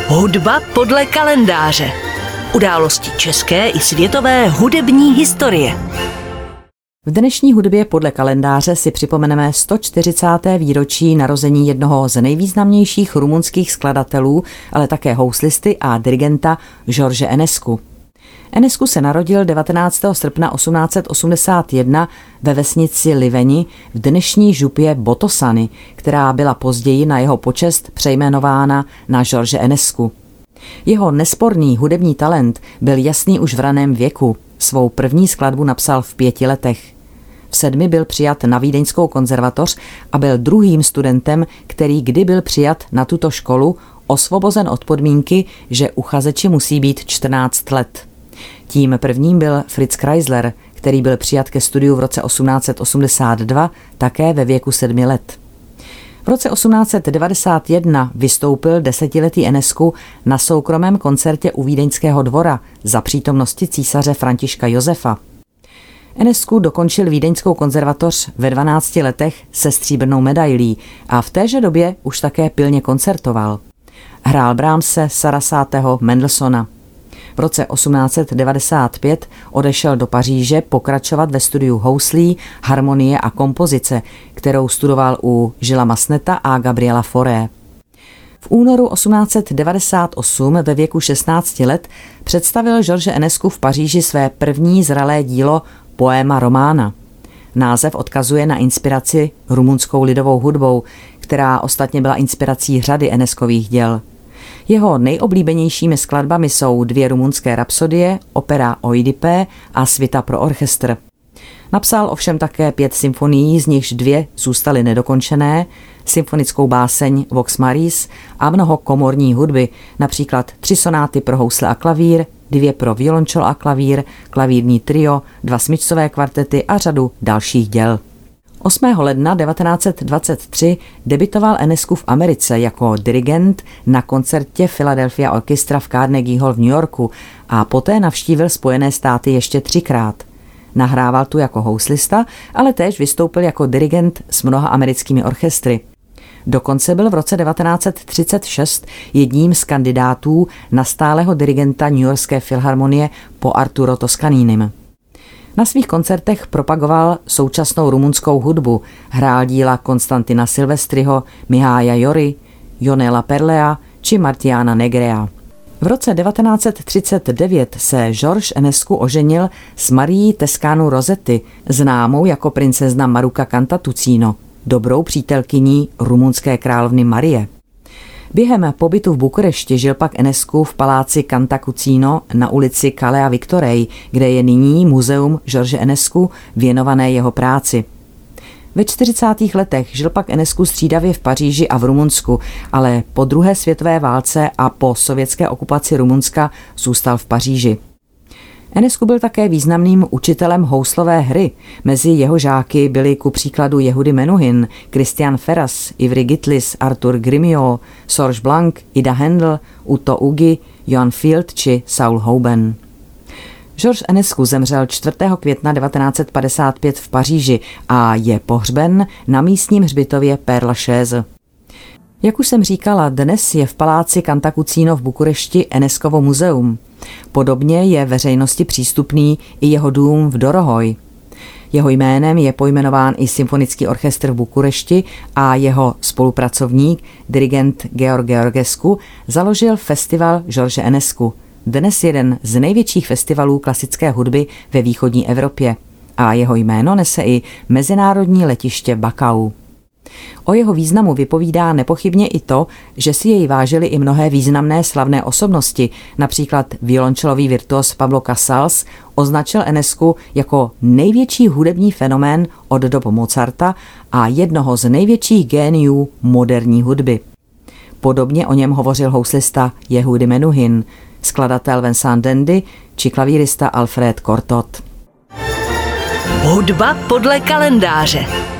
Hudba podle kalendáře. Události české i světové hudební historie. V dnešní hudbě podle kalendáře si připomeneme 140. výročí narození jednoho z nejvýznamnějších rumunských skladatelů, ale také houslisty a dirigenta George Enescu. Enescu se narodil 19. srpna 1881 ve vesnici Liveni v dnešní župě Botosany, která byla později na jeho počest přejmenována na George Enescu. Jeho nesporný hudební talent byl jasný už v raném věku. Svou první skladbu napsal v 5 letech. V 7 byl přijat na Vídeňskou konzervatoř a byl druhým studentem, který kdy byl přijat na tuto školu, osvobozen od podmínky, že uchazeči musí být 14 let. Tím prvním byl Fritz Kreisler, který byl přijat ke studiu v roce 1882, také ve věku 7 let. V roce 1891 vystoupil 10letý Enescu na soukromém koncertě u Vídeňského dvora za přítomnosti císaře Františka Josefa. Enescu dokončil Vídeňskou konzervatoř ve 12 letech se stříbrnou medailí a v téže době už také pilně koncertoval. Hrál Brahmse, Sarasateho, Mendelssohna. V roce 1895 odešel do Paříže pokračovat ve studiu houslí, harmonie a kompozice, kterou studoval u Gilesa Masseneta a Gabriela Fauré. V únoru 1898 ve věku 16 let představil George Enescu v Paříži své první zralé dílo Poema Romana. Název odkazuje na inspiraci rumunskou lidovou hudbou, která ostatně byla inspirací řady Enescových děl. Jeho nejoblíbenějšími skladbami jsou 2 rumunské rapsodie, opera Oidipé a Svita pro orchestr. Napsal ovšem také 5 symfonií, z nichž 2 zůstaly nedokončené, symfonickou báseň Vox Maris a mnoho komorní hudby, například 3 sonáty pro housle a klavír, 2 pro violončelo a klavír, klavírní trio, 2 smyčcové kvartety a řadu dalších děl. 8. ledna 1923 debutoval Enescu v Americe jako dirigent na koncertě Philadelphia Orchestra v Carnegie Hall v New Yorku a poté navštívil Spojené státy ještě 3krát. Nahrával tu jako houslista, ale též vystoupil jako dirigent s mnoha americkými orchestry. Dokonce byl v roce 1936 jedním z kandidátů na stálého dirigenta New Yorkské filharmonie po Arturo Toscaninim. Na svých koncertech propagoval současnou rumunskou hudbu, hrál díla Konstantina Silvestriho, Mihája Jory, Ionela Perlea či Martiana Negrea. V roce 1939 se George Enescu oženil s Marií Tescanu Rossetti, známou jako princezna Maruka Cantatuccino, dobrou přítelkyní rumunské královny Marie. Během pobytu v Bukurešti žil pak Enescu v paláci Cantacuzino na ulici Calea Victorei, kde je nyní muzeum George Enescu věnované jeho práci. Ve 40. letech žil pak Enescu střídavě v Paříži a v Rumunsku, ale po druhé světové válce a po sovětské okupaci Rumunska zůstal v Paříži. Enescu byl také významným učitelem houslové hry. Mezi jeho žáky byli ku příkladu Yehudi Menuhin, Christian Ferras, Ivry Gitlis, Arthur Grimio, Sorge Blanc, Ida Handel, Uto Ugi, Johann Field či Saul Houben. George Enescu zemřel 4. května 1955 v Paříži a je pohřben na místním hřbitově Père Lachaise. Jak už jsem říkala, dnes je v paláci Cantacuzino v Bukurešti Enescovo muzeum. Podobně je veřejnosti přístupný i jeho dům v Dorohoj. Jeho jménem je pojmenován i symfonický orchestr v Bukurešti a jeho spolupracovník, dirigent Georg Georgescu, založil festival George Enescu, dnes jeden z největších festivalů klasické hudby ve východní Evropě. A jeho jméno nese i mezinárodní letiště Bakau. O jeho významu vypovídá nepochybně i to, že si jej vážili i mnohé významné slavné osobnosti, například violončelový virtuos Pablo Casals označil Enescu jako největší hudební fenomén od dob Mozarta a jednoho z největších géniů moderní hudby. Podobně o něm hovořil houslista Yehudi Menuhin, skladatel Vincent Dandy či klavírista Alfred Cortot. Hudba podle kalendáře.